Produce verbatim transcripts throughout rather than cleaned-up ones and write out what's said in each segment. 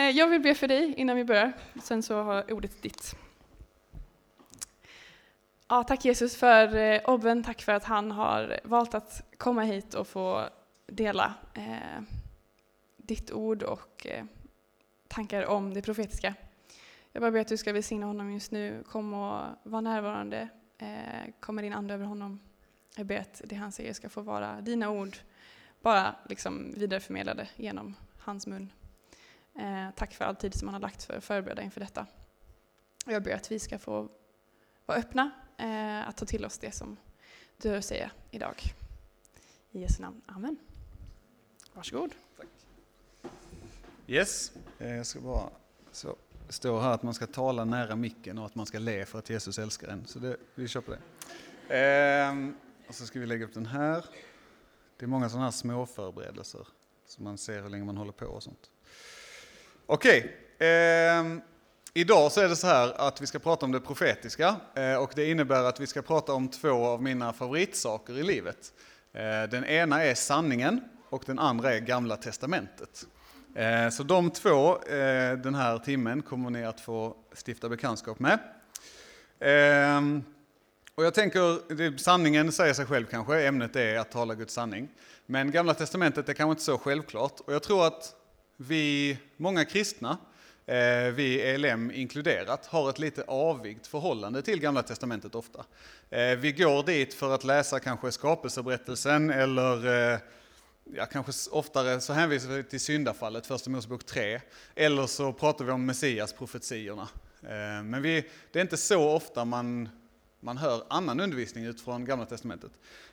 jag vill be för dig innan vi börjar. Sen så har ordet ditt. Ja, tack Jesus för eh, Obben. Tack för att han har valt att komma hit och få dela eh, ditt ord och eh, tankar om det profetiska. Jag bara ber att du ska välsigna honom just nu. Kom och var närvarande. Eh, kommer din ande över honom. Jag ber att det han säger ska få vara dina ord. Bara liksom vidareförmedlade genom hans mun. Eh, tack för all tid som han har lagt för att förbereda inför detta. Och jag ber att vi ska få vara öppna. Eh, att ta till oss det som du har att säga idag. I Jesu namn. Amen. Varsågod. Tack. Yes, jag ska bara så. Det står här att man ska tala nära micken och att man ska le för att Jesus älskar en. Så det, vi kör på det. Ehm, och så ska vi lägga upp den här. Det är många sådana här små förberedelser. Så man ser hur länge man håller på och sånt. Okej. Ehm, idag så är det så här att vi ska prata om det profetiska. Eh, och det innebär att vi ska prata om två av mina favoritsaker i livet. Eh, den ena är sanningen och den andra är Gamla testamentet. Så de två den här timmen kommer ni att få stifta bekantskap med. Och jag tänker, sanningen säger sig själv kanske, ämnet är att tala Guds sanning. Men Gamla testamentet är kanske inte så självklart. Och jag tror att vi, många kristna, vi E L M inkluderat, har ett lite avvigt förhållande till Gamla testamentet ofta. Vi går dit för att läsa kanske skapelseberättelsen eller... Ja, kanske oftare så hänvisar vi till syndafallet, första Mosebok tre, eller så pratar vi om Messias profetierna. Men vi, det är inte så ofta man, man hör annan undervisning utifrån Gamla testamentet.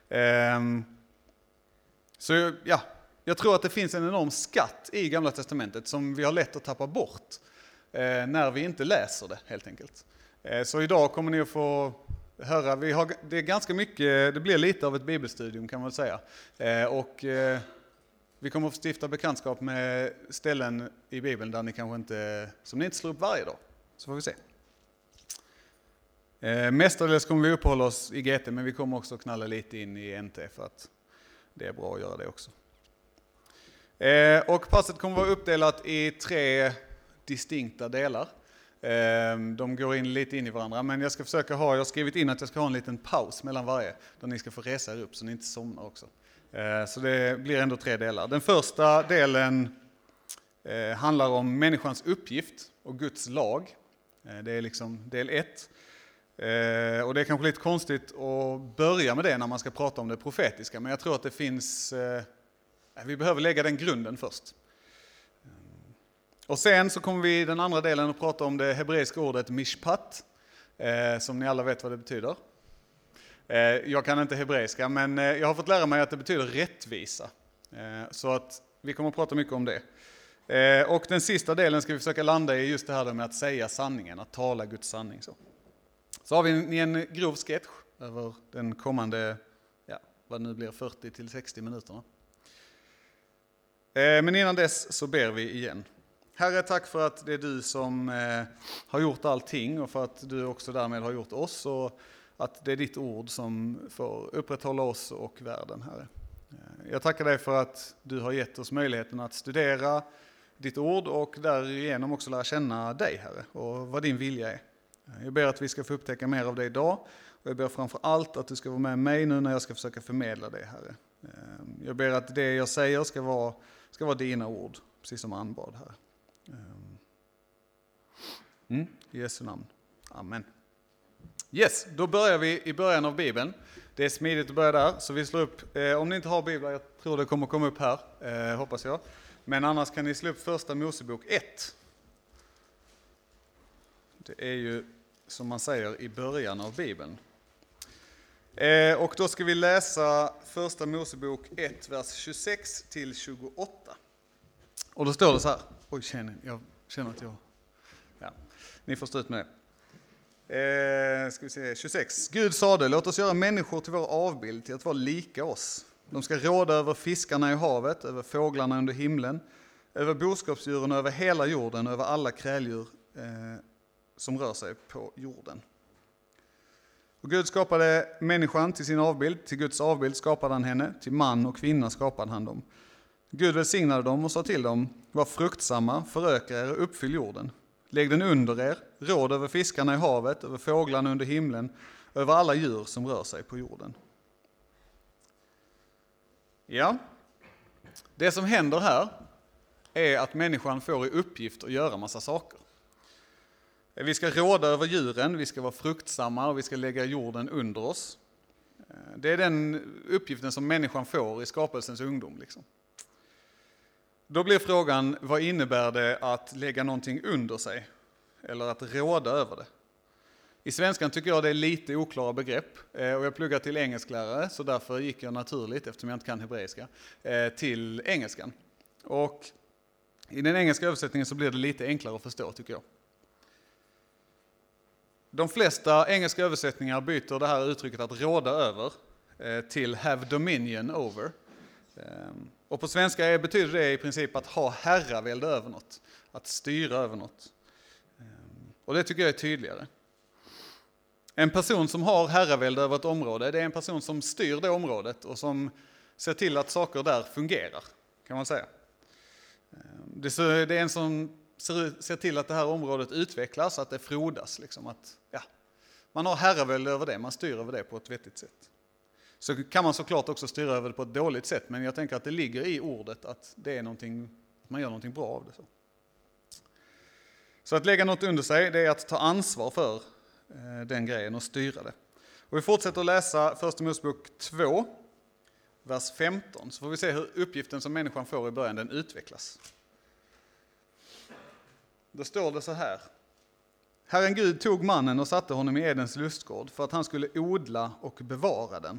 Så ja, jag tror att det finns en enorm skatt i Gamla testamentet som vi har lätt att tappa bort när vi inte läser det helt enkelt. Så idag kommer ni att få höra, vi har, det är ganska mycket, det blir lite av ett bibelstudium kan man väl säga. Eh, och eh, vi kommer att stifta bekantskap med ställen i Bibeln där ni kanske inte, som ni inte slår upp varje dag. Så får vi se. Eh, mestadels kommer vi uppehålla oss i G T, men vi kommer också knalla lite in i N T för att det är bra att göra det också. Eh, och passet kommer att vara uppdelat i tre distinkta delar. De går in lite in i varandra, men jag ska försöka ha, jag har skrivit in att jag ska ha en liten paus mellan varje, där ni ska få resa er upp så ni inte somnar också. Så det blir ändå tre delar. Den första delen handlar om människans uppgift och Guds lag. Det är liksom del ett. Och det är kanske lite konstigt att börja med det när man ska prata om det profetiska, men jag tror att det finns, vi behöver lägga den grunden först. Och sen så kommer vi i den andra delen att prata om det hebreiska ordet mishpat, eh, som ni alla vet vad det betyder. Eh, jag kan inte hebreiska, men eh, jag har fått lära mig att det betyder rättvisa. Eh, så att vi kommer att prata mycket om det. Eh, och den sista delen ska vi försöka landa i just det här med att säga sanningen, att tala Guds sanning. Så, så har vi en, en grov sketch över den kommande, ja, vad det nu blir, fyrtio till sextio minuterna. Eh, men innan dess så ber vi igen. Herre, tack för att det är du som eh, har gjort allting och för att du också därmed har gjort oss och att det är ditt ord som får upprätthålla oss och världen, Herre. Eh, jag tackar dig för att du har gett oss möjligheten att studera ditt ord och därigenom också lära känna dig, Herre, och vad din vilja är. Jag ber att vi ska få upptäcka mer av det idag och jag ber framför allt att du ska vara med mig nu när jag ska försöka förmedla det, Herre. Eh, jag ber att det jag säger ska vara, ska vara dina ord, precis som anbad, Herre. Mm, i Jesu namn. Amen. Yes, då börjar vi i början av Bibeln. Det är smidigt att börja där, så vi slår upp, eh, om ni inte har Bibeln, jag tror det kommer komma upp här, eh, hoppas jag. Men annars kan ni slå upp första Mosebok ett. Det är ju, som man säger, i början av Bibeln. Eh, och då ska vi läsa första Mosebok ett, vers tjugosex till tjugoåtta. Och då står det så här. Oj, känner, jag känner att jag... Ja, ni får stå ut med det. Eh, ska vi se, tjugosex. Gud sade, låt oss göra människor till vår avbild, till att vara lika oss. De ska råda över fiskarna i havet, över fåglarna under himlen, över boskapsdjuren och över hela jorden, över alla kräldjur eh, som rör sig på jorden. Och Gud skapade människan till sin avbild, till Guds avbild skapade han henne, till man och kvinna skapade han dem. Gud välsignade dem och sa till dem: var fruktsamma, föröka er och uppfyll jorden. Lägg den under er, råd över fiskarna i havet, över fåglarna under himlen, över alla djur som rör sig på jorden. Ja, det som händer här är att människan får i uppgift att göra massa saker. Vi ska råda över djuren, vi ska vara fruktsamma och vi ska lägga jorden under oss. Det är den uppgiften som människan får i skapelsens ungdom. Liksom. Då blir frågan, vad innebär det att lägga någonting under sig? Eller att råda över det? I svenskan tycker jag det är lite oklara begrepp. Och jag pluggar till engelsklärare, så därför gick jag naturligt, eftersom jag inte kan hebreiska, till engelskan. Och i den engelska översättningen så blir det lite enklare att förstå, tycker jag. De flesta engelska översättningar byter det här uttrycket att råda över till have dominion over. Och på svenska betyder det i princip att ha herravälde över något, att styra över något. Och det tycker jag är tydligare. En person som har herravälde över ett område, det är en person som styr det området och som ser till att saker där fungerar, kan man säga. Det är en som ser till att det här området utvecklas, att det frodas. Liksom, att, ja, man har herravälde över det, man styr över det på ett vettigt sätt. Så kan man såklart också styra över det på ett dåligt sätt, men jag tänker att det ligger i ordet att det är någonting, man gör någonting bra av det. Så. så att lägga något under sig, det är att ta ansvar för eh, den grejen och styra det. Och vi fortsätter att läsa Första Mosebok två, vers femton, så får vi se hur uppgiften som människan får i början, den utvecklas. Då står det så här. Herren Gud tog mannen och satte honom i Edens lustgård för att han skulle odla och bevara den.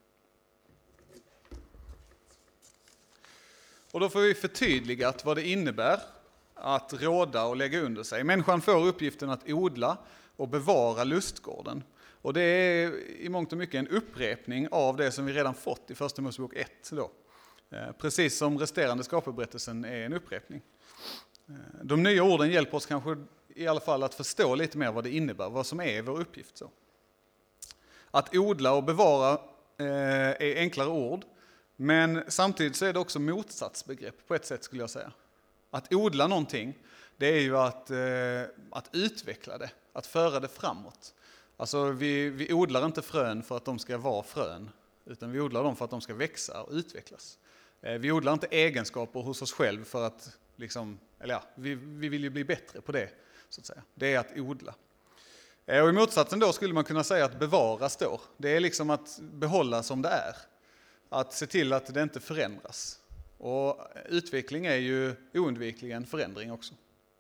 Och då får vi förtydligat vad det innebär att råda och lägga under sig. Människan får uppgiften att odla och bevara lustgården. Och det är i mångt och mycket en upprepning av det som vi redan fått i Första Mosebok ett. Då. Precis som resterande skapelberättelsen är en upprepning. De nya orden hjälper oss kanske i alla fall att förstå lite mer vad det innebär, vad som är vår uppgift. Så. Att odla och bevara eh, är enklare ord, men samtidigt så är det också motsatsbegrepp på ett sätt skulle jag säga. Att odla någonting, det är ju att, eh, att utveckla det, att föra det framåt. Alltså vi, vi odlar inte frön för att de ska vara frön, utan vi odlar dem för att de ska växa och utvecklas. Eh, vi odlar inte egenskaper hos oss själv för att Liksom, eller ja, vi, vi vill ju bli bättre på det, så att säga. Det är att odla. Och i motsatsen då skulle man kunna säga att bevara står. Det är liksom att behålla som det är. Att se till att det inte förändras. Och utveckling är ju oundvikligen förändring också.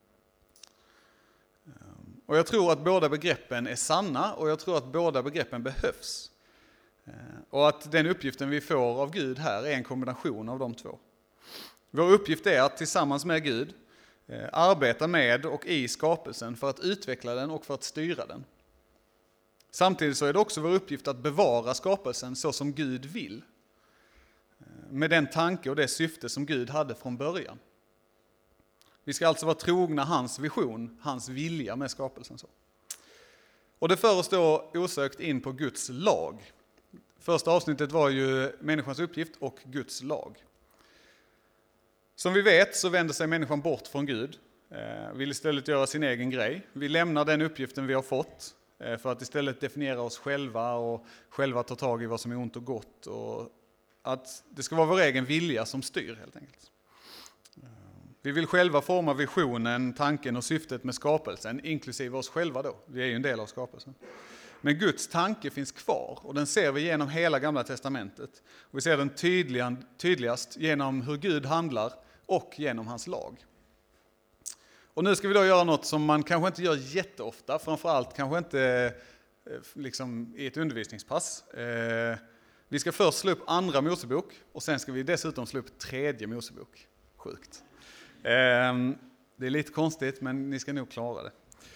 Och jag tror att båda begreppen är sanna och jag tror att båda begreppen behövs. Och att den uppgiften vi får av Gud här är en kombination av de två. Vår uppgift är att tillsammans med Gud eh, arbeta med och i skapelsen för att utveckla den och för att styra den. Samtidigt så är det också vår uppgift att bevara skapelsen så som Gud vill. Eh, med den tanke och det syfte som Gud hade från början. Vi ska alltså vara trogna hans vision, hans vilja med skapelsen. Så. Och det för oss då osökt in på Guds lag. Första avsnittet var ju människans uppgift och Guds lag. Som vi vet så vänder sig människan bort från Gud, eh, vill istället göra sin egen grej. Vi lämnar den uppgiften vi har fått eh, för att istället definiera oss själva och själva ta tag i vad som är ont och gott. Och att det ska vara vår egen vilja som styr helt enkelt. Eh, vi vill själva forma visionen, tanken och syftet med skapelsen, inklusive oss själva då. Vi är ju en del av skapelsen. Men Guds tanke finns kvar och den ser vi genom hela Gamla testamentet. Och vi ser den tydligast genom hur Gud handlar och genom hans lag. Och nu ska vi då göra något som man kanske inte gör jätteofta, framförallt kanske inte liksom i ett undervisningspass. Vi ska först slå upp andra Mosebok och sen ska vi dessutom slå upp tredje Mosebok. Sjukt. Det är lite konstigt men ni ska nog klara det.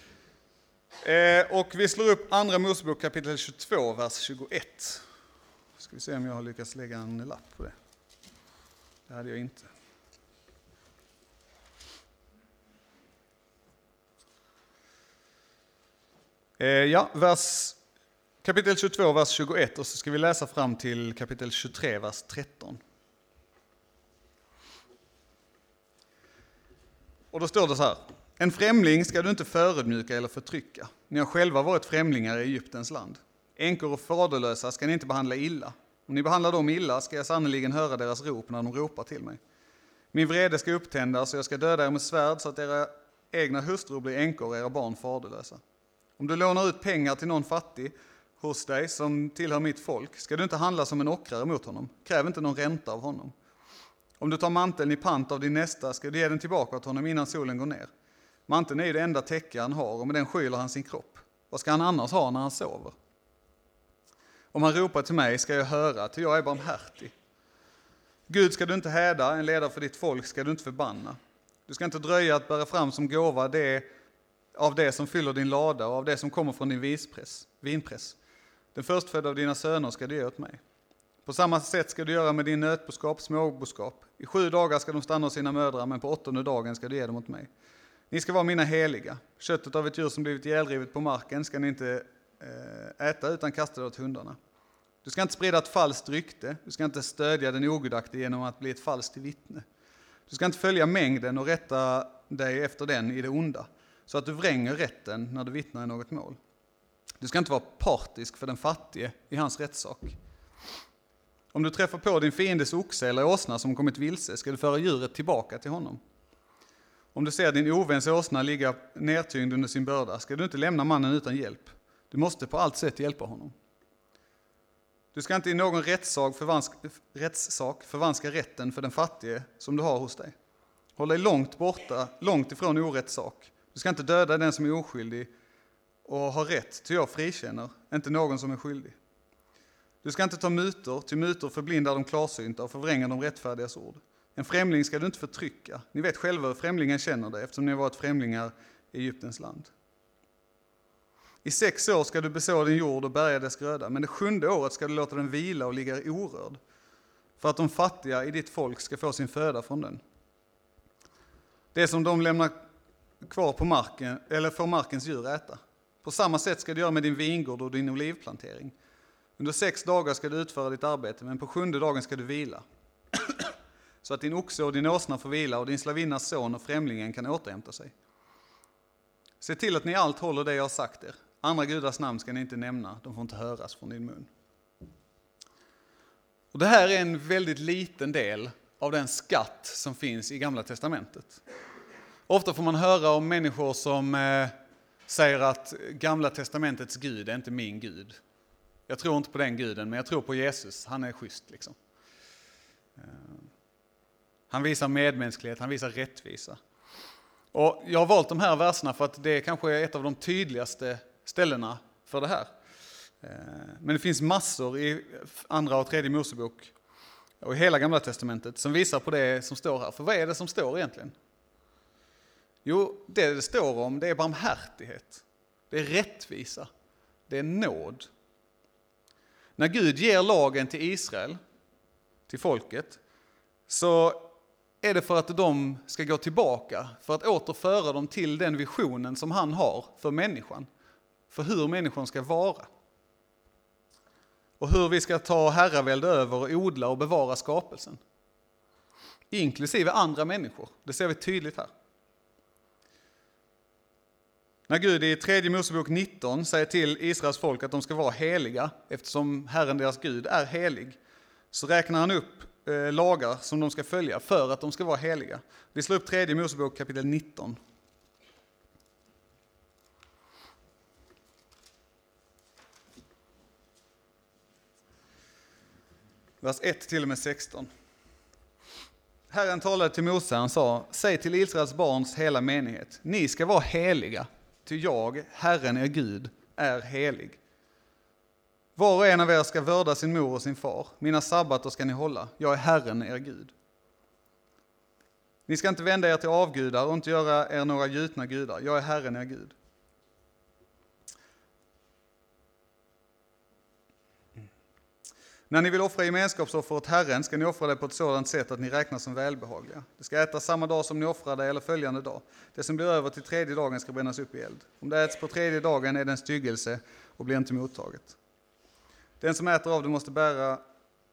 Och vi slår upp andra Mosebok kapitel tjugotvå, vers tjugoett. Ska vi se om jag har lyckats lägga en lapp på det. Det hade jag inte. Ja, vers, kapitel tjugotvå, vers tjugoett, och så ska vi läsa fram till kapitel tjugotre, vers tretton. Och då står det så här. En främling ska du inte förödmjuka eller förtrycka. Ni har själva varit främlingar i Egyptens land. Änkor och faderlösa ska ni inte behandla illa. Om ni behandlar dem illa ska jag sannoliken höra deras rop när de ropar till mig. Min vrede ska upptändas och jag ska döda er med svärd så att era egna hustrur blir änkor och era barn faderlösa. Om du lånar ut pengar till någon fattig hos dig som tillhör mitt folk ska du inte handla som en ockrare mot honom. Kräv inte någon ränta av honom. Om du tar manteln i pant av din nästa ska du ge den tillbaka åt honom innan solen går ner. Manteln är ju det enda täcke han har och med den skyler han sin kropp. Vad ska han annars ha när han sover? Om han ropar till mig ska jag höra, till jag är barmhärtig. Gud ska du inte häda, en ledare för ditt folk ska du inte förbanna. Du ska inte dröja att bära fram som gåva det, av det som fyller din lada och av det som kommer från din vispress, vinpress. Den förstfödda av dina söner ska du ge åt mig. På samma sätt ska du göra med din nötboskap, småboskap. I sju dagar ska de stanna hos sina mödrar, men på åttonde dagen ska du ge dem åt mig. Ni ska vara mina heliga. Köttet av ett djur som blivit ihjälrivet på marken ska ni inte äta utan kasta det åt hundarna. Du ska inte sprida ett falskt rykte. Du ska inte stödja den ogudaktige genom att bli ett falskt vittne. Du ska inte följa mängden och rätta dig efter den i det onda, så att du vränger rätten när du vittnar i något mål. Du ska inte vara partisk för den fattige i hans rättssak. Om du träffar på din fiendes oxe eller åsna som kommit vilse ska du föra djuret tillbaka till honom. Om du ser din oväns åsna ligga nedtyngd under sin börda ska du inte lämna mannen utan hjälp. Du måste på allt sätt hjälpa honom. Du ska inte i någon rättssak förvanska, rättssak förvanska rätten för den fattige som du har hos dig. Håll dig långt borta, långt ifrån orättssak. Du ska inte döda den som är oskyldig och ha rätt till jag frikänner, inte någon som är skyldig. Du ska inte ta mutor, till mutor förblindar de klarsynta och förvränga de rättfärdigas ord. En främling ska du inte förtrycka. Ni vet själva hur främlingen känner det eftersom ni har varit främlingar i Egyptens land. I sex år ska du beså din jord och bärga dess gröda, men det sjunde året ska du låta den vila och ligga orörd, för att de fattiga i ditt folk ska få sin föda från den. Det som de lämnar kvar på marken, eller får markens djur äta. På samma sätt ska du göra med din vingård och din olivplantering. Under sex dagar ska du utföra ditt arbete, men på sjunde dagen ska du vila. Så att din oxe och din åsna får vila och din slavinnas son och främlingen kan återhämta sig. Se till att ni allt håller det jag har sagt er. Andra gudars namn ska ni inte nämna, de får inte höras från din mun. Och det här är en väldigt liten del av den skatt som finns i Gamla testamentet. Ofta får man höra om människor som eh, säger att Gamla testamentets Gud är inte min Gud. Jag tror inte på den guden, men jag tror på Jesus. Han är schysst liksom. Han visar medmänsklighet, han visar rättvisa. Och jag har valt de här verserna för att det är kanske är ett av de tydligaste ställena för det här. Men det finns massor i andra och tredje Mosebok och i hela Gamla testamentet som visar på det som står här. För vad är det som står egentligen? Jo, det det står om det är barmhärtighet, det är rättvisa, det är nåd. När Gud ger lagen till Israel, till folket, så är det för att de ska gå tillbaka, för att återföra dem till den visionen som han har för människan, för hur människan ska vara. Och hur vi ska ta herravälde över och odla och bevara skapelsen. Inklusive andra människor, det ser vi tydligt här. När Gud i tredje Mosebok nitton säger till Israels folk att de ska vara heliga, eftersom Herren deras Gud är helig, så räknar han upp eh, lagar som de ska följa för att de ska vara heliga. Vi slår upp tredje Mosebok kapitel nitton. Vers ett till och med sexton. Herren talade till Mose, han sa: säg till Israels barns hela menighet, ni ska vara heliga, ty jag, Herren er Gud, är helig. Var och en av er ska vörda sin mor och sin far. Mina sabbater ska ni hålla. Jag är Herren er Gud. Ni ska inte vända er till avgudar och inte göra er några gjutna gudar. Jag är Herren er Gud. När ni vill offra gemenskapsoffer åt Herren ska ni offra det på ett sådant sätt att ni räknas som välbehagliga. Det ska ätas samma dag som ni offrar det eller följande dag. Det som blir över till tredje dagen ska brännas upp i eld. Om det äts på tredje dagen är det en styggelse och blir inte mottaget. Den som äter av det måste bära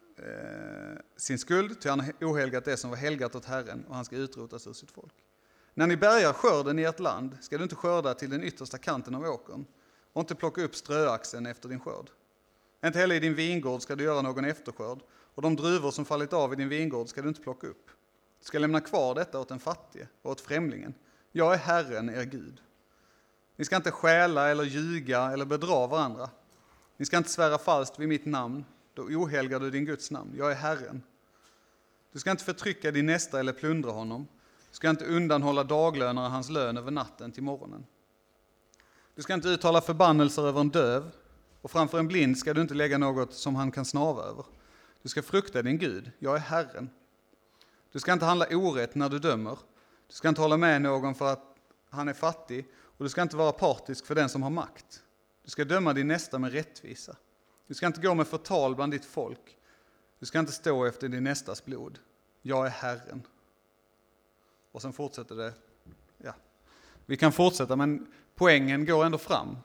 eh, sin skuld, till han har ohelgat det som var helgat åt Herren, och han ska utrotas ur sitt folk. När ni bärgar skörden i ert land ska du inte skörda till den yttersta kanten av åkern och inte plocka upp ströaxeln efter din skörd. Inte heller i din vingård ska du göra någon efterskörd, och de druvor som fallit av i din vingård ska du inte plocka upp. Du ska lämna kvar detta åt den fattige och åt främlingen. Jag är Herren, er Gud. Ni ska inte stjäla eller ljuga eller bedra varandra. Ni ska inte svära falskt vid mitt namn, då ohelgar du din Guds namn. Jag är Herren. Du ska inte förtrycka din nästa eller plundra honom. Du ska inte undanhålla daglönare hans lön över natten till morgonen. Du ska inte uttala förbannelser över en döv, och framför en blind ska du inte lägga något som han kan snava över. Du ska frukta din Gud, jag är Herren. Du ska inte handla orätt när du dömer. Du ska inte hålla med någon för att han är fattig, och du ska inte vara partisk för den som har makt. Du ska döma din nästa med rättvisa. Du ska inte gå med förtal bland ditt folk. Du ska inte stå efter din nästas blod. Jag är Herren. Och sen fortsätter det. Ja. Vi kan fortsätta, men poängen går ändå fram.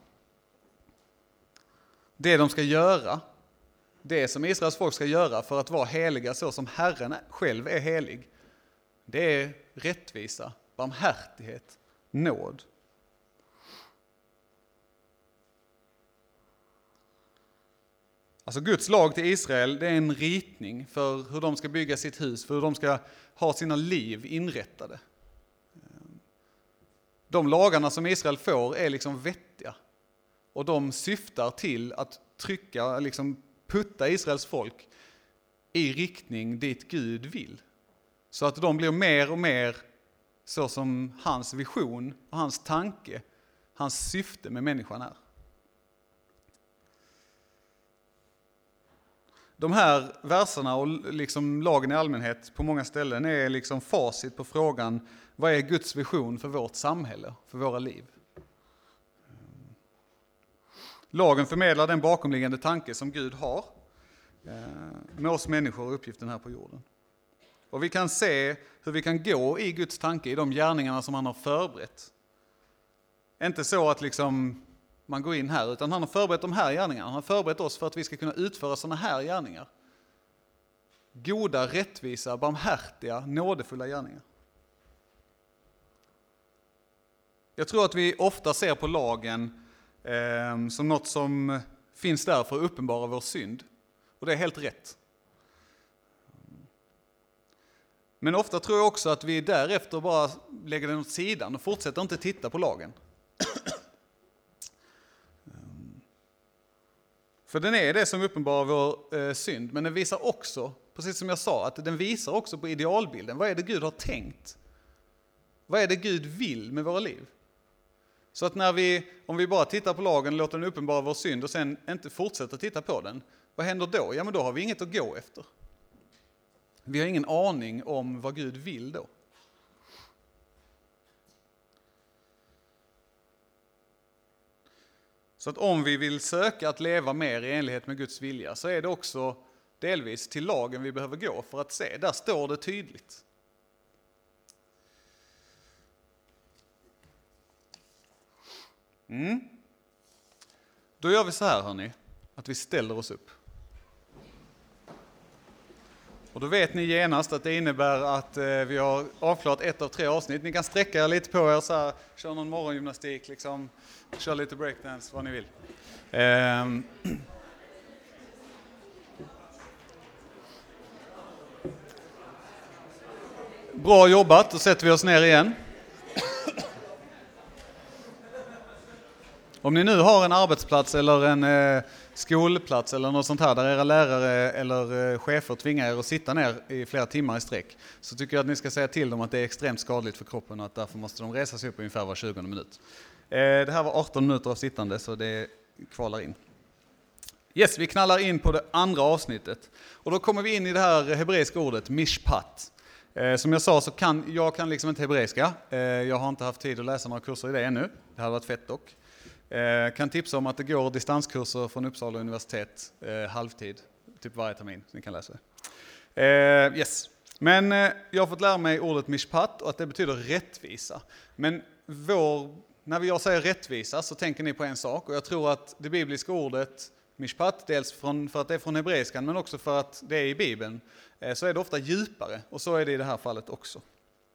Det de ska göra, det som Israels folk ska göra för att vara heliga så som Herren själv är helig, det är rättvisa, barmhärtighet, nåd. Alltså Guds lag till Israel, det är en ritning för hur de ska bygga sitt hus, för hur de ska ha sina liv inrättade. De lagarna som Israel får är liksom vettiga, och de syftar till att trycka, liksom putta Israels folk i riktning dit Gud vill. Så att de blir mer och mer så som hans vision och hans tanke, hans syfte med människan är. De här verserna och liksom lagen i allmänhet på många ställen är liksom facit på frågan: vad är Guds vision för vårt samhälle, för våra liv? Lagen förmedlar den bakomliggande tanke som Gud har med oss människor och uppgiften här på jorden. Och vi kan se hur vi kan gå i Guds tanke i de gärningarna som han har förberett. Inte så att liksom man går in här, utan han har förberett de här gärningarna. Han har förberett oss för att vi ska kunna utföra sådana här gärningar. Goda, rättvisa, barmhärtiga, nådefulla gärningar. Jag tror att vi ofta ser på lagen eh, som något som finns där för att uppenbara vår synd. Och det är helt rätt. Men ofta tror jag också att vi därefter bara lägger den åt sidan och fortsätter inte titta på lagen. För den är det som uppenbarar vår eh, synd, men den visar också, precis som jag sa, att den visar också på idealbilden. Vad är det Gud har tänkt? Vad är det Gud vill med våra liv? Så att när vi, om vi bara tittar på lagen och låter den uppenbara vår synd och sen inte fortsätter titta på den, vad händer då? Ja, men då har vi inget att gå efter. Vi har ingen aning om vad Gud vill då. Så att om vi vill söka att leva mer i enlighet med Guds vilja, så är det också delvis till lagen vi behöver gå för att se. Där står det tydligt. Mm. Då gör vi så här, hörni, att vi ställer oss upp. Och då vet ni genast att det innebär att eh, vi har avklarat ett av tre avsnitt. Ni kan sträcka er lite på er, så här, köra någon morgongymnastik, liksom, köra lite breakdance, vad ni vill. Ehm. Bra jobbat, då sätter vi oss ner igen. Om ni nu har en arbetsplats eller en eh, skolplats eller något sånt här där era lärare eller eh, chefer tvingar er att sitta ner i flera timmar i sträck, så tycker jag att ni ska säga till dem att det är extremt skadligt för kroppen och att därför måste de resa sig upp ungefär var tjugonde minut. Eh, det här var arton minuter av sittande, så det kvalar in. Yes, vi knallar in på det andra avsnittet. Och då kommer vi in i det här hebreiska ordet mishpat. Eh, som jag sa så kan jag kan liksom inte hebreiska. Eh, jag har inte haft tid att läsa några kurser i det ännu. Det hade varit fett dock. Eh, kan tipsa om att det går distanskurser från Uppsala universitet eh, halvtid, typ varje termin. Ni kan läsa det. Eh, yes. Men eh, jag har fått lära mig ordet mishpat och att det betyder rättvisa. Men vår, när jag säger rättvisa så tänker ni på en sak, och jag tror att det bibliska ordet mishpat, dels från, för att det är från hebreiskan men också för att det är i Bibeln, eh, så är det ofta djupare, och så är det i det här fallet också.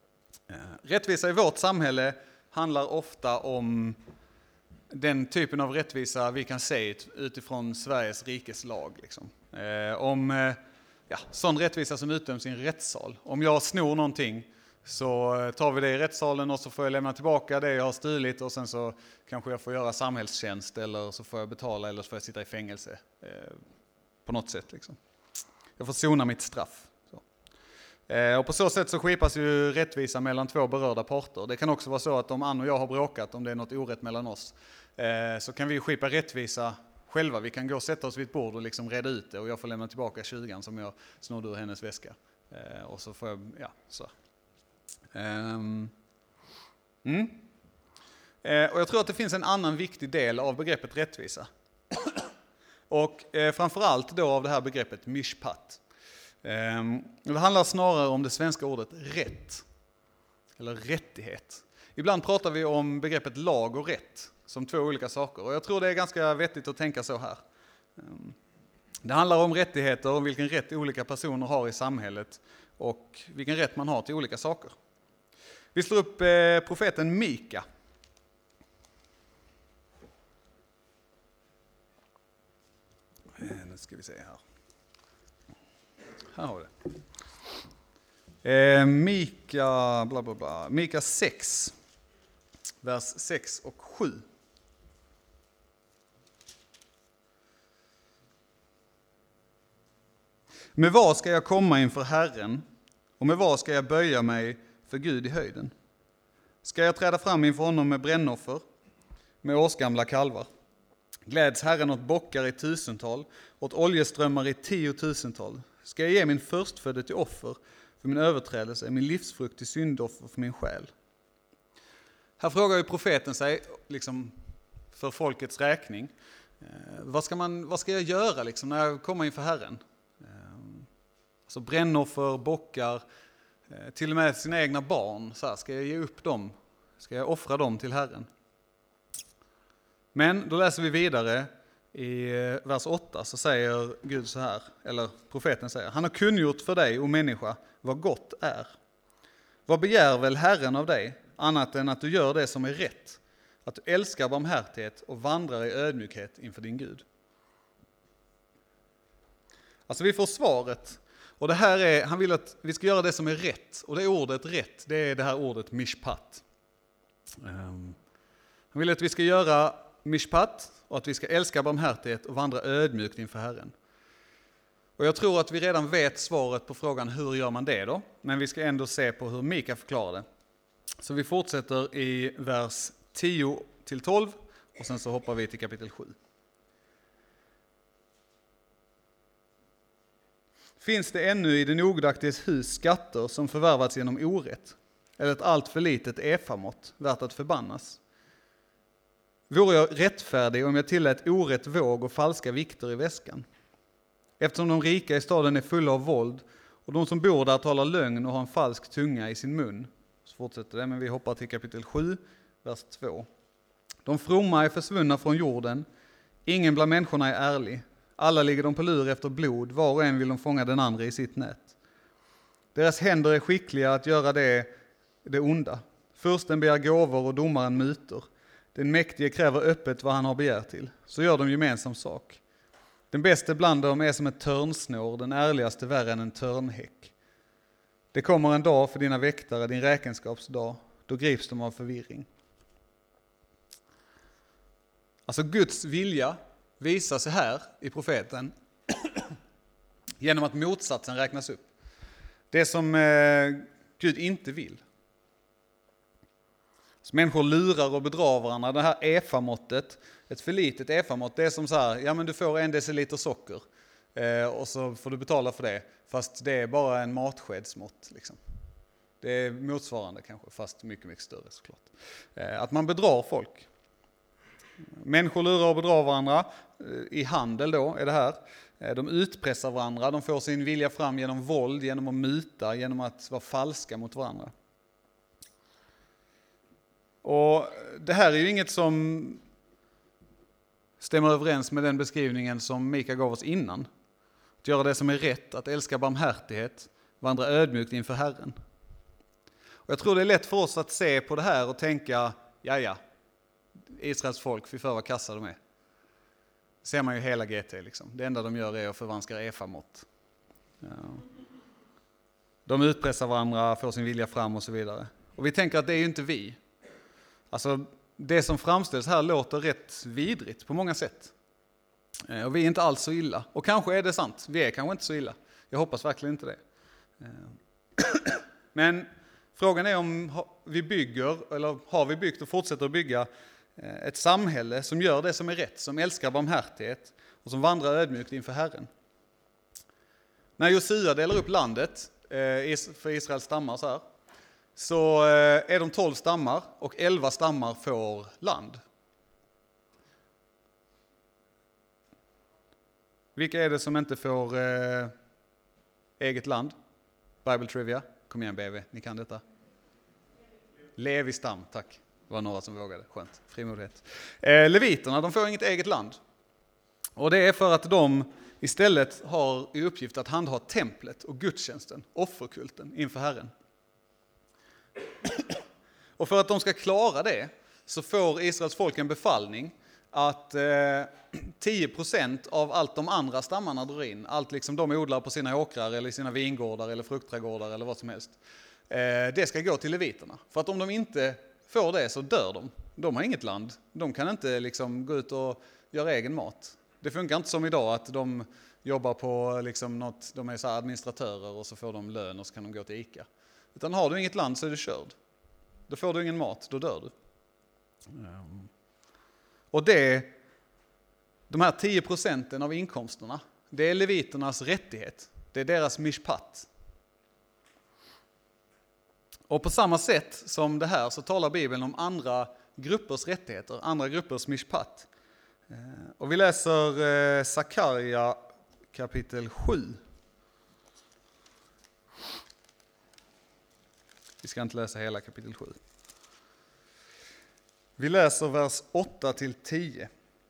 Rättvisa i vårt samhälle handlar ofta om den typen av rättvisa vi kan se utifrån Sveriges rikes lag. Liksom. Eh, om eh, ja, sån rättvisa som utdöms i en rättssal. Om jag snor någonting så tar vi det i rättssalen och så får jag lämna tillbaka det jag har stulit och sen så kanske jag får göra samhällstjänst eller så får jag betala eller så får jag sitta i fängelse eh, på något sätt. Liksom. Jag får sona mitt straff. Så. Eh, och på så sätt så skipas ju rättvisa mellan två berörda parter. Det kan också vara så att om Ann och jag har bråkat, om det är något orätt mellan oss, eh, så kan vi skipa rättvisa själva. Vi kan gå och sätta oss vid ett bord och liksom reda ut det och jag får lämna tillbaka tjugan som jag snodde ur hennes väska. Eh, och så får jag, ja, så. Um, mm. eh, och jag tror att det finns en annan viktig del av begreppet rättvisa. och eh, framförallt då av det här begreppet mishpat. Eh, det handlar snarare om det svenska ordet rätt. Eller rättighet. Ibland pratar vi om begreppet lag och rätt som två olika saker. Och jag tror det är ganska vettigt att tänka så här. Eh, det handlar om rättigheter och vilken rätt olika personer har i samhället. Och vilken rätt man har till olika saker. Vi slår upp eh, profeten Mika. Eh, nu ska vi se här. Här har vi det. Eh, Mika, bla bla bla. Mika sex, vers sex och sju. Med vad ska jag komma inför Herren och med vad ska jag böja mig för Gud i höjden? Ska jag träda fram inför honom med brännoffer, med årsgamla kalvar? Gläds Herren åt bockar i tusental, åt oljeströmmar i tiotusental. Ska jag ge min förstfödde till offer för min överträdelse, min livsfrukt till syndoffer för min själ? Här frågar ju profeten sig, liksom för folkets räkning, eh, vad, ska man, vad ska jag göra liksom, när jag kommer inför Herren? Eh, alltså brännoffer, bockar, till och med sina egna barn, så här, ska jag ge upp dem? Ska jag offra dem till Herren? Men då läser vi vidare i vers åtta, så säger Gud så här, eller profeten säger: han har kungjort för dig, o människa, vad gott är. Vad begär väl Herren av dig, annat än att du gör det som är rätt, att du älskar barmhärtighet och vandrar i ödmjukhet inför din Gud? Alltså vi får svaret. Och det här är, han vill att vi ska göra det som är rätt. Och det ordet rätt, det är det här ordet mishpat. Um, han vill att vi ska göra mishpat och att vi ska älska barmhärtighet och vandra ödmjukt inför Herren. Och jag tror att vi redan vet svaret på frågan hur gör man det då. Men vi ska ändå se på hur Mika förklarar det. Så vi fortsätter i vers tio till tolv och sen så hoppar vi till kapitel sju. Finns det ännu i den ogudaktiges hus skatter som förvärvats genom orätt, eller ett allt för litet efamått värt att förbannas? Vore jag rättfärdig om jag tillät orätt våg och falska vikter i väskan? Eftersom de rika i staden är fulla av våld och de som bor där talar lögn och har en falsk tunga i sin mun. Så fortsätter det, men vi hoppar till kapitel sju, vers två. De fromma är försvunna från jorden, ingen bland människorna är ärlig. Alla ligger de på lur efter blod, var och en vill de fånga den andra i sitt nät. Deras händer är skickliga att göra det, det onda. Fursten begär gåvor och domaren mutor. Den mäktige kräver öppet vad han har begär till. Så gör de gemensam sak. Den bästa bland dem är som ett törnsnår, den ärligaste värre än en törnhäck. Det kommer en dag för dina väktare, din räkenskapsdag. Då grips de av förvirring. Alltså Guds vilja visar sig här i profeten genom att motsatsen räknas upp. Det som eh, Gud inte vill. Så människor lurar och bedrar varandra. Det här efamåttet, ett för litet efamått, det är som så här, ja men du får en deciliter socker eh, och så får du betala för det. Fast det är bara en matskedsmått liksom. Det är motsvarande kanske, fast mycket, mycket större såklart. Eh, att man bedrar folk. Människor lurar och bedrar varandra, i handel då är det här. De utpressar varandra, de får sin vilja fram genom våld, genom att muta, genom att vara falska mot varandra. Och det här är ju inget som stämmer överens med den beskrivningen som Mika gav oss innan. Att göra det som är rätt, att älska barmhärtighet, vandra ödmjukt inför Herren. Och jag tror det är lätt för oss att se på det här och tänka, ja ja, Israels folk, fy för vad kassa de är. Det ser man ju hela G T liksom. Det enda de gör är att förvanska efamått. Ja. De utpressar varandra, får sin vilja fram och så vidare. Och vi tänker att det är ju inte vi. Alltså det som framställs här låter rätt vidrigt på många sätt. Och vi är inte alls så illa. Och kanske är det sant, vi är kanske inte så illa. Jag hoppas verkligen inte det. Men frågan är om vi bygger, eller har vi byggt och fortsätter att bygga ett samhälle som gör det som är rätt, som älskar barmhärtighet och som vandrar ödmjukt inför Herren. När Josua delar upp landet för Israels stammar så här, så är de tolv stammar och elva stammar får land. Vilka är det som inte får eh, eget land? Bible Trivia. Kom igen B V, ni kan detta. Levi stam, tack. Det var några som vågade. Skönt, frimodighet. Eh, Leviterna, de får inget eget land. Och det är för att de istället har i uppgift att handha templet och gudstjänsten, offerkulten inför Herren. Och för att de ska klara det så får Israels folk en befallning att eh, tio procent av allt de andra stammarna drar in, allt liksom de odlar på sina åkrar eller sina vingårdar eller fruktträdgårdar eller vad som helst, eh, det ska gå till leviterna. För att om de inte får det så dör de. De har inget land. De kan inte liksom gå ut och göra egen mat. Det funkar inte som idag att de jobbar på liksom något, de är så här administratörer och så får de lön och så kan de gå till Ica. Utan har du inget land så är du körd. Då får du ingen mat, då dör du. Mm. Och det, de här tio procenten av inkomsterna, det är leviternas rättighet. Det är deras mishpat. Och på samma sätt som det här så talar Bibeln om andra gruppers rättigheter, andra gruppers mishpat. Och vi läser Sakarja kapitel sju. Vi ska inte läsa hela kapitel sju. Vi läser vers åtta till tio.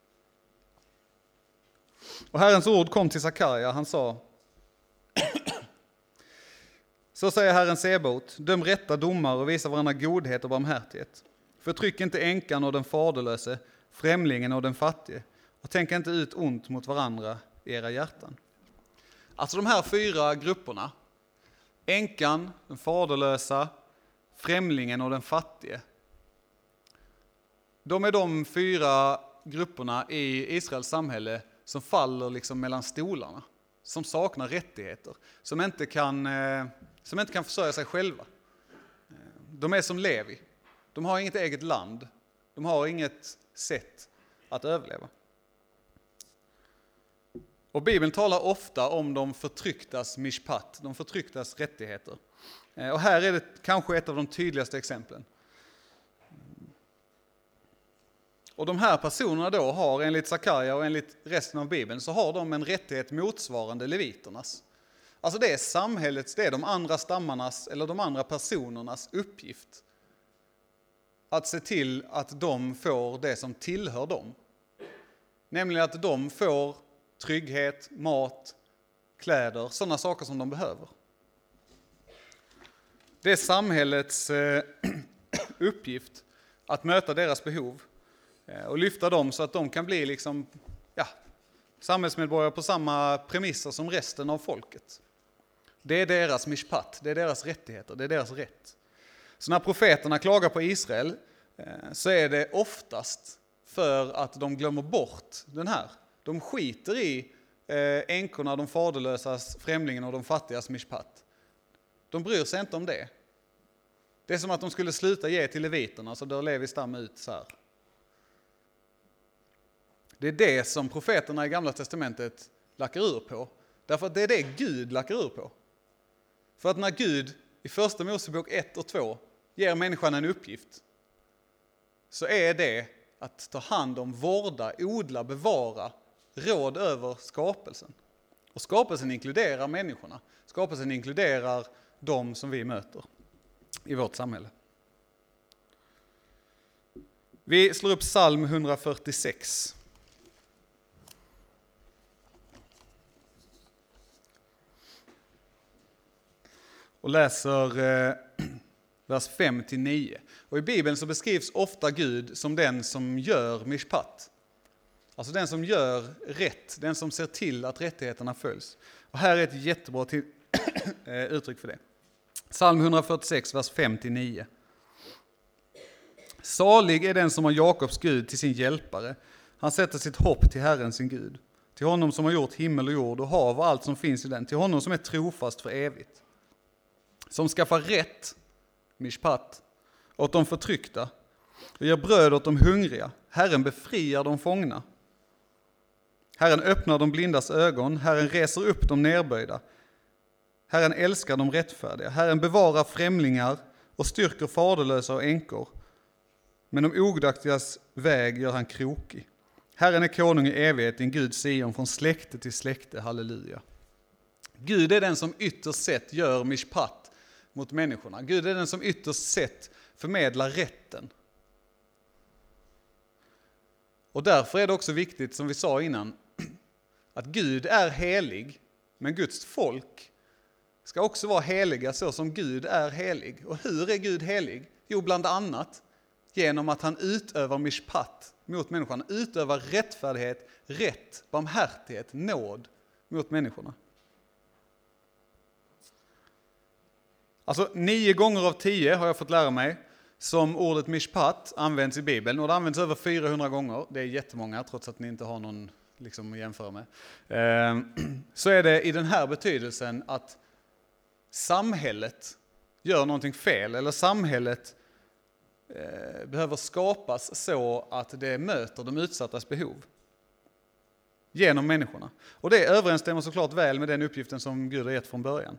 Och Herrens ord kom till Sakarja, han sa: Så säger Herren Sebot, döm rätta domar och visa varandra godhet och barmhärtighet. Förtryck inte änkan och den faderlöse, främlingen och den fattige, och tänk inte ut ont mot varandra i era hjärtan. Alltså de här fyra grupperna, änkan, den faderlösa, främlingen och den fattige, de är de fyra grupperna i Israels samhälle som faller liksom mellan stolarna, som saknar rättigheter, som inte kan, som inte kan försörja sig själva. De är som Levi. De har inget eget land. De har inget sätt att överleva. Och Bibeln talar ofta om de förtrycktas mishpat, de förtrycktas rättigheter. Och här är det kanske ett av de tydligaste exemplen. Och de här personerna då har enligt Sakarja och enligt resten av Bibeln så har de en rättighet motsvarande leviternas. Alltså det är samhällets, det är de andra stammarnas eller de andra personernas uppgift att se till att de får det som tillhör dem. Nämligen att de får trygghet, mat, kläder, sådana saker som de behöver. Det är samhällets uppgift att möta deras behov och lyfta dem så att de kan bli liksom, ja, samhällsmedborgare på samma premisser som resten av folket. Det är deras mishpat, det är deras rättigheter, det är deras rätt. Så när profeterna klagar på Israel så är det oftast för att de glömmer bort den här. De skiter i änkorna, de faderlösas, främlingen och de fattigas mishpat. De bryr sig inte om det. Det är som att de skulle sluta ge till leviterna, så dör Levi stam ut så här. Det är det som profeterna i Gamla testamentet lackar ur på. Därför att det är det Gud lackar ur på. För att när Gud i första Mosebok ett och två ger människan en uppgift, så är det att ta hand om, vårda, odla, bevara, råd över skapelsen. Och skapelsen inkluderar människorna. Skapelsen inkluderar de som vi möter i vårt samhälle. Vi slår upp psalm hundrafyrtiosex. Och läser eh, vers fem till nio. Och i Bibeln så beskrivs ofta Gud som den som gör mishpat. Alltså den som gör rätt, den som ser till att rättigheterna följs. Och här är ett jättebra till, uttryck för det. Psalm hundrafyrtiosex, vers fem till nio. Salig är den som har Jakobs Gud till sin hjälpare. Han sätter sitt hopp till Herren sin Gud. Till honom som har gjort himmel och jord och hav och allt som finns i den. Till honom som är trofast för evigt. Som skaffar rätt, mishpat, åt de förtryckta och ger bröd åt de hungriga. Herren befriar de fångna. Herren öppnar de blindas ögon. Herren reser upp de nerböjda. Herren älskar de rättfärdiga. Herren bevarar främlingar och styrker faderlösa och änkor. Men de ogudaktigas väg gör han krokig. Herren är konung i evighet, din Gud Sion, från släkte till släkte. Halleluja. Gud är den som ytterst sett gör mishpat mot människorna. Gud är den som ytterst sett förmedlar rätten. Och därför är det också viktigt, som vi sa innan, att Gud är helig, men Guds folk ska också vara heliga så som Gud är helig. Och hur är Gud helig? Jo, bland annat genom att han utövar mishpat mot människan, utövar rättfärdighet, rätt, barmhärtighet, nåd mot människorna. Alltså nio gånger av tio har jag fått lära mig som ordet mishpat används i Bibeln, och det används över fyrahundra gånger. Det är jättemånga, trots att ni inte har någon liksom att jämföra med. Så är det i den här betydelsen att samhället gör någonting fel, eller samhället behöver skapas så att det möter de utsattas behov genom människorna. Och det överensstämmer såklart väl med den uppgiften som Gud har gett från början.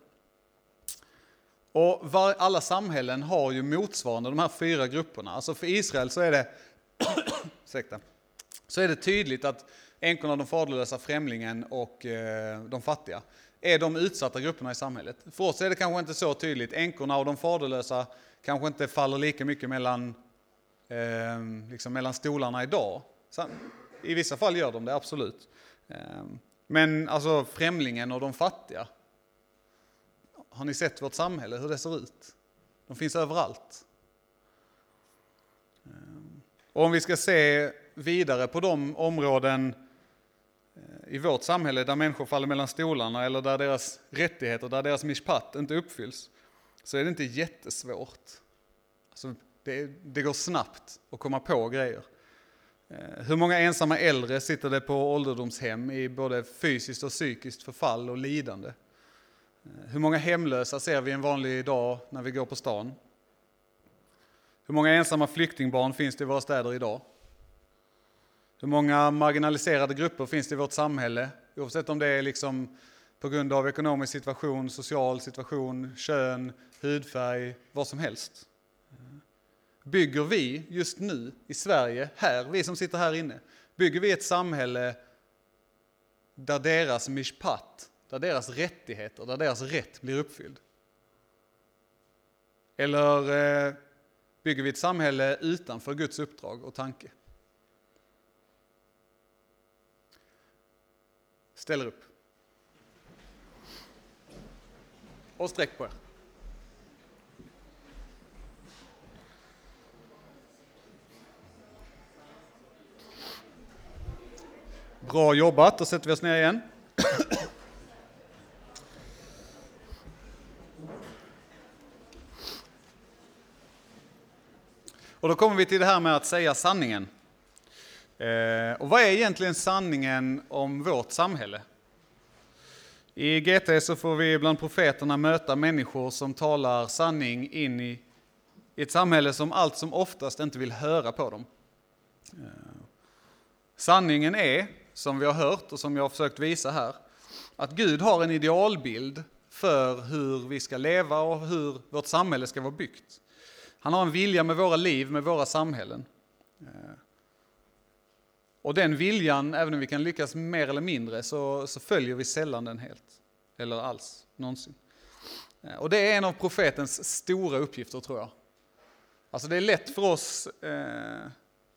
Och var, alla samhällen har ju motsvarande de här fyra grupperna. Alltså för Israel så är det ursäkta, så är det tydligt att änkorna, de faderlösa, främlingen och eh, de fattiga är de utsatta grupperna i samhället. För oss är det kanske inte så tydligt. Änkorna och de faderlösa kanske inte faller lika mycket mellan, eh, liksom mellan stolarna idag. Så, i vissa fall gör de det, absolut. Eh, men alltså främlingen och de fattiga. Har ni sett vårt samhälle, hur det ser ut? De finns överallt. Och om vi ska se vidare på de områden i vårt samhälle där människor faller mellan stolarna eller där deras rättigheter, där deras mishpat inte uppfylls, så är det inte jättesvårt. Alltså det, det går snabbt att komma på grejer. Hur många ensamma äldre sitter det på ålderdomshem i både fysiskt och psykiskt förfall och lidande? Hur många hemlösa ser vi en vanlig dag när vi går på stan? Hur många ensamma flyktingbarn finns det i våra städer idag? Hur många marginaliserade grupper finns det i vårt samhälle? Oavsett om det är liksom på grund av ekonomisk situation, social situation, kön, hudfärg, vad som helst. Bygger vi just nu i Sverige, här, vi som sitter här inne, bygger vi ett samhälle där deras mishpat, där deras rättigheter, där deras rätt blir uppfylld? Eller eh, bygger vi ett samhälle utanför Guds uppdrag och tanke? Ställ upp. Och sträck på er. Bra jobbat, då sätter vi oss ner igen. Och då kommer vi till det här med att säga sanningen. Eh, och vad är egentligen sanningen om vårt samhälle? I G T så får vi bland profeterna möta människor som talar sanning in i, i ett samhälle som allt som oftast inte vill höra på dem. Eh, sanningen är, som vi har hört och som jag har försökt visa här, att Gud har en idealbild för hur vi ska leva och hur vårt samhälle ska vara byggt. Han har en vilja med våra liv, med våra samhällen. Och den viljan, även om vi kan lyckas mer eller mindre, så, så följer vi sällan den helt. Eller alls, någonsin. Och det är en av profetens stora uppgifter, tror jag. Alltså det är lätt för oss... Eh,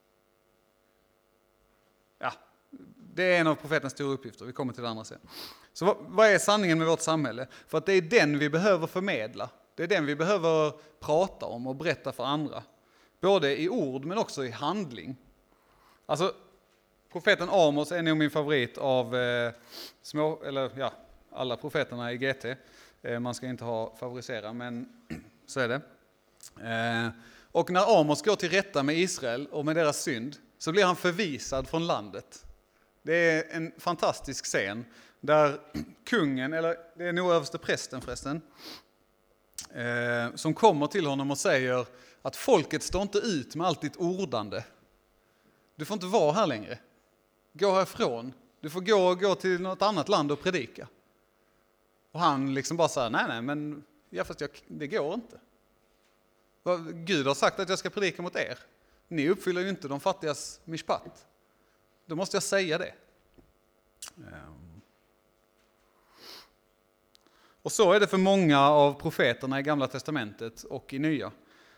ja, det är en av profetens stora uppgifter. Vi kommer till det andra sen. Så vad, vad är sanningen med vårt samhälle? För att det är den vi behöver förmedla. Det är den vi behöver prata om och berätta för andra. Både i ord men också i handling. Alltså, profeten Amos är nog min favorit av eh, små, eller ja, alla profeterna i G T. Eh, man ska inte ha favorisera, men så är det. Eh, och när Amos går till rätta med Israel och med deras synd så blir han förvisad från landet. Det är en fantastisk scen där kungen, eller det är nog överste prästen förresten, eh, som kommer till honom och säger att folket står inte ut med allt ditt ordande. Du får inte vara här längre. Gå härifrån. Du får gå gå till något annat land och predika. Och han liksom bara säger, nej nej, men ja, fast jag, det går inte. Gud har sagt att jag ska predika mot er. Ni uppfyller ju inte de fattigas mishpat. Då måste jag säga det. Och så är det för många av profeterna i Gamla testamentet och i Nya.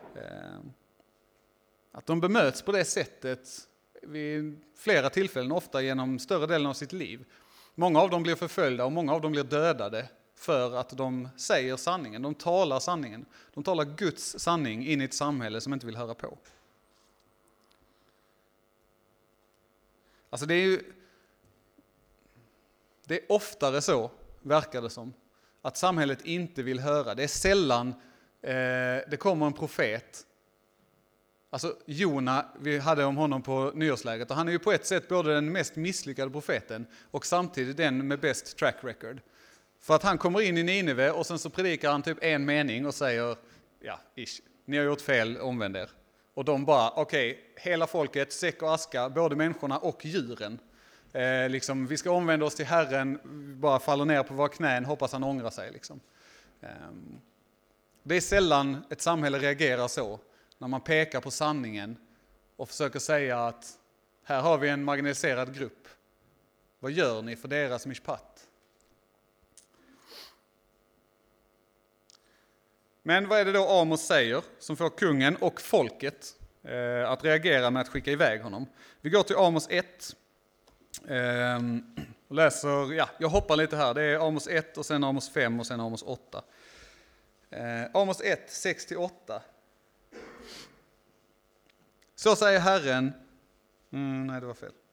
Att de bemöts på det sättet vid flera tillfällen, ofta genom större delen av sitt liv. Många av dem blir förföljda och många av dem blir dödade för att de säger sanningen. De talar sanningen. De talar Guds sanning in i ett samhälle som inte vill höra på. Alltså det är ju det är oftare så, verkar det som, att samhället inte vill höra. Det är sällan eh, det kommer en profet. Alltså Jona, vi hade om honom på nyårsläget, och han är ju på ett sätt både den mest misslyckade profeten och samtidigt den med bäst track record. För att han kommer in i Nineve och sen så predikar han typ en mening och säger, ja, ish, ni har gjort fel, omvänd er. Och de bara, okej, okay, hela folket, säck och aska, både människorna och djuren. Eh, liksom, vi ska omvända oss till Herren, bara faller ner på våra knän, hoppas han ångrar sig. Liksom. Eh, det är sällan ett samhälle reagerar så, när man pekar på sanningen och försöker säga att här har vi en marginaliserad grupp. Vad gör ni för deras mishpat? Men vad är det då Amos säger som får kungen och folket eh, att reagera med att skicka iväg honom? Vi går till Amos ett eh, och läser, ja, jag hoppar lite här. Det är Amos ett och sen Amos fem och sen Amos åtta. Eh, Amos ett, sex till åtta. Så säger Herren, mm, nej det var fel.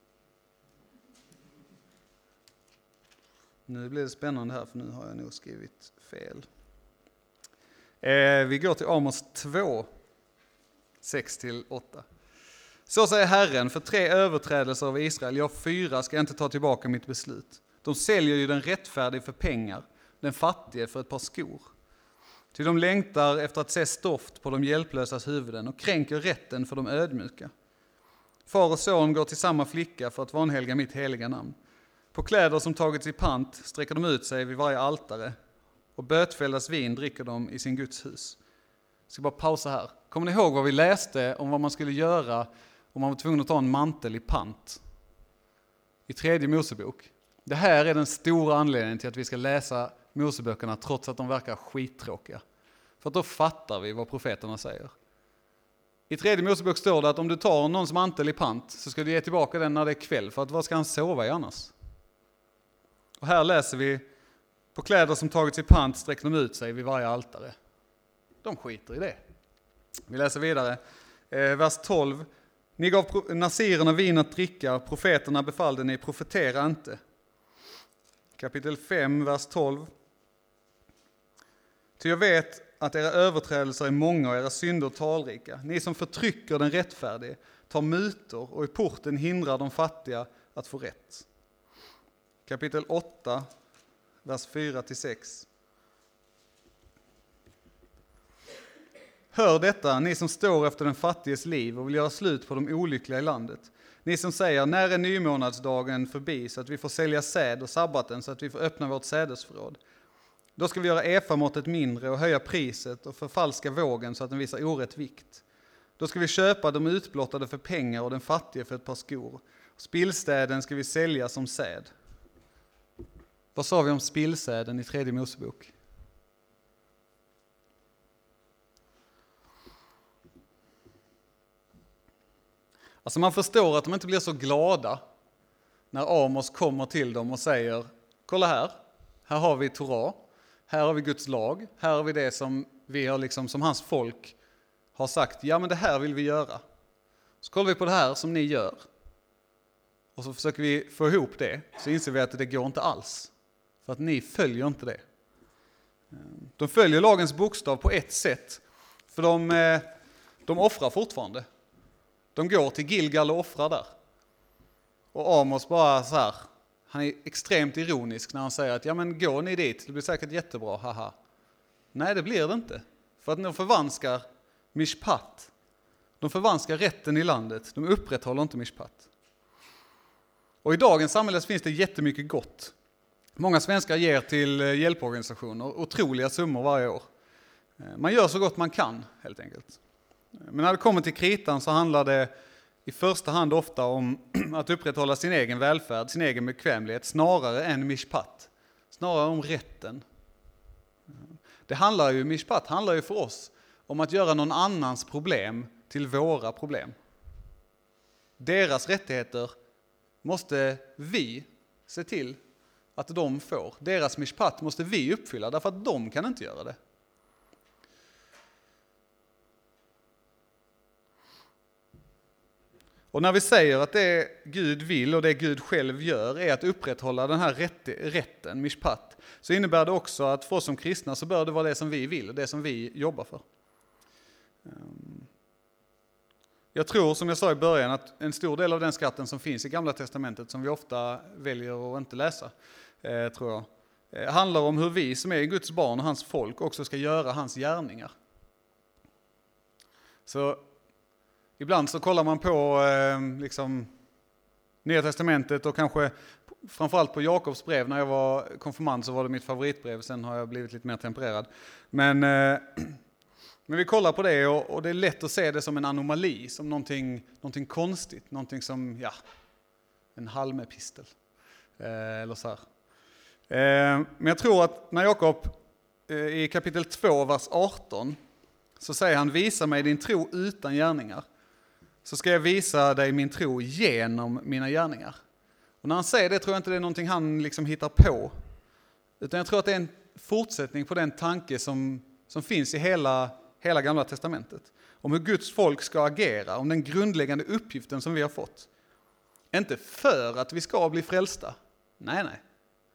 Nu blir det spännande här för nu har jag nog skrivit fel. Eh, vi går till Amos två, sex till åtta. Så säger Herren, för tre överträdelser av Israel, jag fyra ska jag inte ta tillbaka mitt beslut. De säljer ju den rättfärdige för pengar, den fattige för ett par skor. Ty de längtar efter att se stoft på de hjälplösas huvuden och kränker rätten för de ödmjuka. Far och son går till samma flicka för att vanhelga mitt heliga namn. På kläder som tagits i pant sträcker de ut sig vid varje altare, och bötfälldas vin dricker de i sin Guds hus. Jag ska bara pausa här. Kommer ni ihåg vad vi läste om vad man skulle göra om man var tvungen att ta en mantel i pant? I tredje Mosebok. Det här är den stora anledningen till att vi ska läsa Moseböckerna trots att de verkar skittråkiga. För att då fattar vi vad profeterna säger. I tredje Mosebok står det att om du tar någons mantel i pant så ska du ge tillbaka den när det är kväll. För att vad ska han sova i annars? Och här läser vi, på kläder som tagits i pant sträcker de ut sig vid varje altare. De skiter i det. Vi läser vidare. Eh, vers tolv. Ni gav nasirerna vin att dricka, profeterna befallde ni, profetera inte. Kapitel fem, vers tolv. Ty jag vet att era överträdelser är många och era synder talrika. Ni som förtrycker den rättfärdige, tar mutor och i porten hindrar de fattiga att få rätt. Kapitel åtta, vers fyra till sex. Hör detta, ni som står efter den fattiges liv och vill göra slut på de olyckliga i landet. Ni som säger, när är nymånadsdagen förbi så att vi får sälja säd och sabbaten så att vi får öppna vårt sädesförråd. Då ska vi göra efamåttet mindre och höja priset och förfalska vågen så att den visar orätt vikt. Då ska vi köpa de utblottade för pengar och den fattige för ett par skor. Spillstäden ska vi sälja som säd. Vad sa vi om spillsäden i tredje Mosebok? Alltså man förstår att de inte blir så glada när Amos kommer till dem och säger, kolla här, här har vi Torah. Här har vi Guds lag. Här har vi det som vi har liksom, som hans folk har sagt, ja men det här vill vi göra. Så kollar vi på det här som ni gör. Och så försöker vi få ihop det. Så inser vi att det går inte alls. För att ni följer inte det. De följer lagens bokstav på ett sätt. För de, de offrar fortfarande. De går till Gilgal och offrar där. Och Amos bara så här. Han är extremt ironisk när han säger att ja men går ni dit, det blir säkert jättebra, haha. Nej, det blir det inte. För att de förvanskar mishpat. De förvanskar rätten i landet. De upprätthåller inte mishpat. Och i dagens samhälle finns det jättemycket gott. Många svenskar ger till hjälporganisationer otroliga summor varje år. Man gör så gott man kan, helt enkelt. Men när det kommer till kritan så handlar det i första hand ofta om att upprätthålla sin egen välfärd, sin egen bekvämlighet, snarare än mishpat. Snarare om rätten. Det handlar ju, mishpat handlar ju för oss om att göra någon annans problem till våra problem. Deras rättigheter måste vi se till att de får. Deras mishpat måste vi uppfylla därför att de kan inte göra det. Och när vi säger att det Gud vill och det Gud själv gör är att upprätthålla den här rätt, rätten, mishpat, så innebär det också att för oss som kristna så bör det vara det som vi vill och det som vi jobbar för. Jag tror, som jag sa i början, att en stor del av den skatten som finns i Gamla testamentet, som vi ofta väljer att inte läsa, eh, tror jag, eh, handlar om hur vi som är Guds barn och hans folk också ska göra hans gärningar. Så ibland så kollar man på eh, liksom, Nya testamentet och kanske framförallt på Jakobs brev. När jag var konfirmand så var det mitt favoritbrev, sen har jag blivit lite mer tempererad. Men... Eh, Men vi kollar på det och, och det är lätt att se det som en anomali, som någonting, någonting konstigt, någonting som, ja, en halmepistel. Eh, eller så här. Eh, men jag tror att när Jakob eh, i kapitel två, vers arton, så säger han, visa mig din tro utan gärningar, så ska jag visa dig min tro genom mina gärningar. Och när han säger det tror jag inte det är någonting han liksom hittar på, utan jag tror att det är en fortsättning på den tanke som, som finns i hela Hela Gamla testamentet. Om hur Guds folk ska agera. Om den grundläggande uppgiften som vi har fått. Inte för att vi ska bli frälsta. Nej, nej.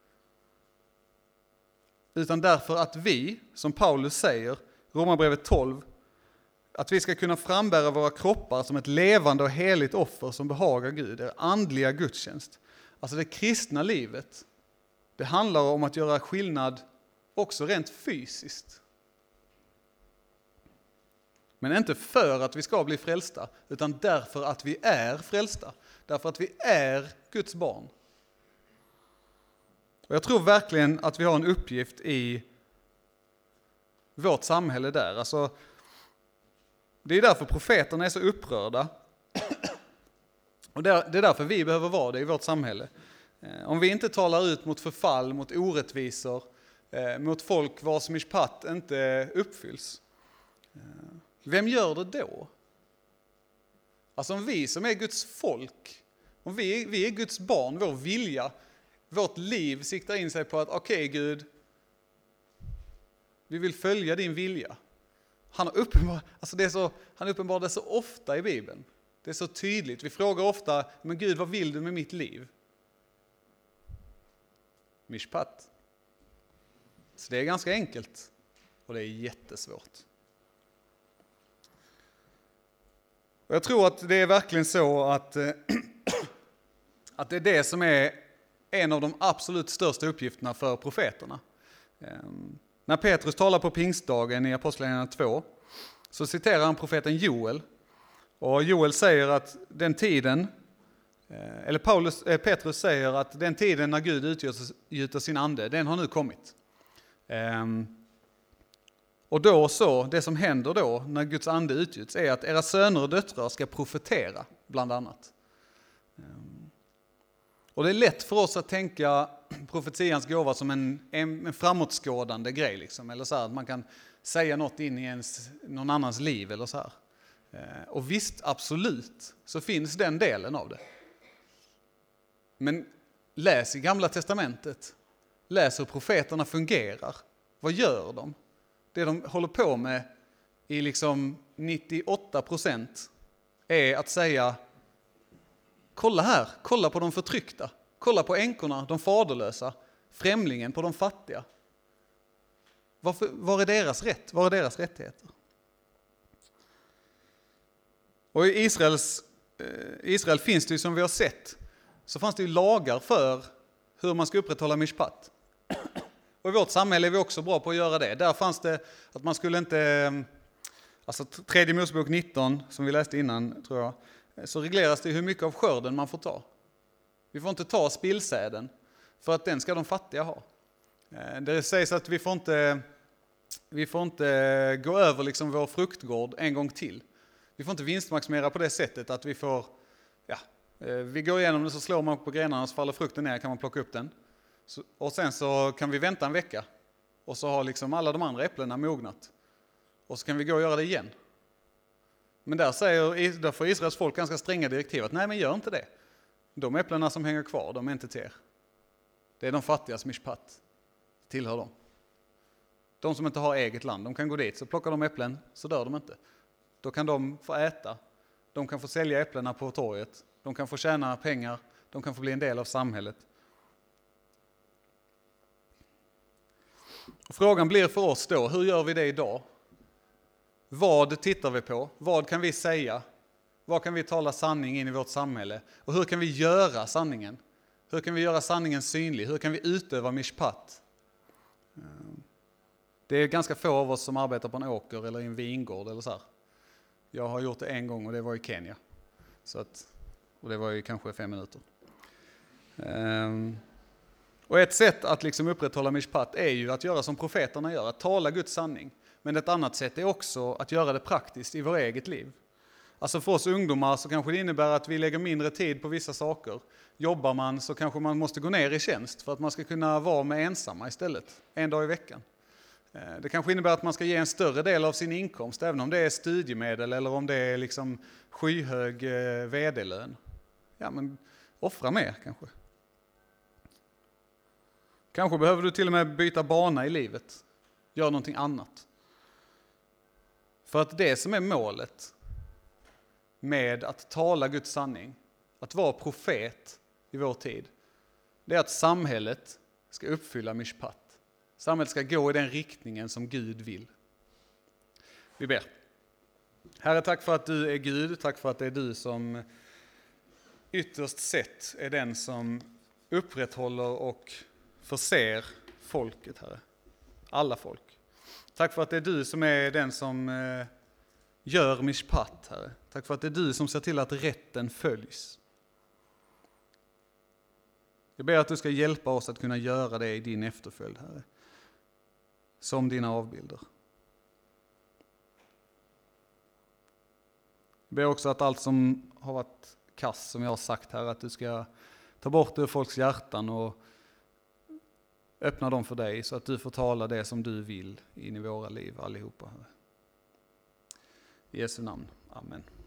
Utan därför att vi, som Paulus säger, Romarbrevet tolv, att vi ska kunna frambära våra kroppar som ett levande och heligt offer som behagar Gud. Det är andliga gudstjänst. Alltså det kristna livet. Det handlar om att göra skillnad också rent fysiskt. Men inte för att vi ska bli frälsta, utan därför att vi är frälsta. Därför att vi är Guds barn. Och jag tror verkligen att vi har en uppgift i vårt samhälle där. Alltså, det är därför profeterna är så upprörda. Och det är därför vi behöver vara det i vårt samhälle. Om vi inte talar ut mot förfall, mot orättvisor, mot folk vars mishpat inte uppfylls. Vem gör det då? Alltså om vi som är Guds folk, om vi, vi är Guds barn, vår vilja, vårt liv siktar in sig på att okej okay, Gud, vi vill följa din vilja. Han har uppenbar, alltså det är så, han uppenbarar det så ofta i Bibeln. Det är så tydligt. Vi frågar ofta, men Gud, vad vill du med mitt liv? Mishpat. Så det är ganska enkelt och det är jättesvårt. Och jag tror att det är verkligen så att, att det är det som är en av de absolut största uppgifterna för profeterna. När Petrus talar på pingstdagen i Apostlagärningarna två så citerar han profeten Joel. Och Joel säger att den tiden, eller Paulus, Petrus säger att den tiden när Gud utgjuter sin ande, den har nu kommit. Och då så, det som händer då när Guds ande utgjuts är att era söner och döttrar ska profetera, bland annat. Och det är lätt för oss att tänka profetians gåva som en, en, en framåtskådande grej. Liksom. Eller så här, att man kan säga något in i ens, någon annans liv. Eller så här. Och visst, absolut, så finns den delen av det. Men läs i Gamla testamentet. Läs hur profeterna fungerar. Vad gör de? Det de håller på med i liksom nittioåtta procent är att säga: kolla här, kolla på de förtryckta, kolla på änkorna, de faderlösa, främlingen, på de fattiga. Varför, var är deras rätt? Var är deras rättigheter? Och i Israels, eh, Israel finns det ju, som vi har sett, så fanns det ju lagar för hur man ska upprätthålla mishpat. Och i vårt samhälle är vi också bra på att göra det. Där fanns det att man skulle inte, alltså tredje Mosebok nitton, som vi läste innan tror jag, så regleras det hur mycket av skörden man får ta. Vi får inte ta spillsäden, för att den ska de fattiga ha. Det sägs att vi får inte, vi får inte gå över liksom vår fruktgård en gång till. Vi får inte vinstmaximera på det sättet att vi får, ja, vi går igenom det, så slår man på grenarna, så faller frukten ner, kan man plocka upp den. Så, och sen så kan vi vänta en vecka, och så har liksom alla de andra äpplena mognat. Och så kan vi gå och göra det igen. Men där, säger, där får Israels folk ganska stränga direktiv att nej, men gör inte det. De äpplena som hänger kvar, de är inte till er. Det är de fattigas mishpat. Tillhör dem. De som inte har eget land, de kan gå dit, så plockar de äpplen, så dör de inte. Då kan de få äta. De kan få sälja äpplena på torget. De kan få tjäna pengar. De kan få bli en del av samhället. Och frågan blir för oss då, hur gör vi det idag? Vad tittar vi på? Vad kan vi säga? Vad kan vi tala sanning in i vårt samhälle? Och hur kan vi göra sanningen? Hur kan vi göra sanningen synlig? Hur kan vi utöva mishpat? Det är ganska få av oss som arbetar på en åker eller i en vingård eller så här. Jag har gjort det en gång, och det var i Kenya. Så att, och det var ju kanske fem minuter. Um, och ett sätt att liksom upprätthålla mishpat är ju att göra som profeterna gör, att tala Guds sanning. Men ett annat sätt är också att göra det praktiskt i vårt eget liv. Alltså för oss ungdomar så kanske det innebär att vi lägger mindre tid på vissa saker. Jobbar man så kanske man måste gå ner i tjänst för att man ska kunna vara med ensamma istället, en dag i veckan. Det kanske innebär att man ska ge en större del av sin inkomst, även om det är studiemedel eller om det är liksom skyhög vd-lön. Ja, men offra mer kanske. Kanske behöver du till och med byta bana i livet. Gör någonting annat. För att det som är målet med att tala Guds sanning, att vara profet i vår tid, det är att samhället ska uppfylla mishpat. Samhället ska gå i den riktningen som Gud vill. Vi ber. Herre, tack för att du är Gud. Tack för att det är du som ytterst sett är den som upprätthåller och förser folket, Herre. Alla folk. Tack för att det är du som är den som gör mishpat, Herre. Tack för att det är du som ser till att rätten följs. Jag ber att du ska hjälpa oss att kunna göra det i din efterföljd, Herre. Som dina avbilder. Jag ber också att allt som har varit kass, som jag har sagt här, att du ska ta bort det ur folks hjärtan och öppna dem för dig, så att du får tala det som du vill in i våra liv allihopa. Herre. I Jesu namn. Amen.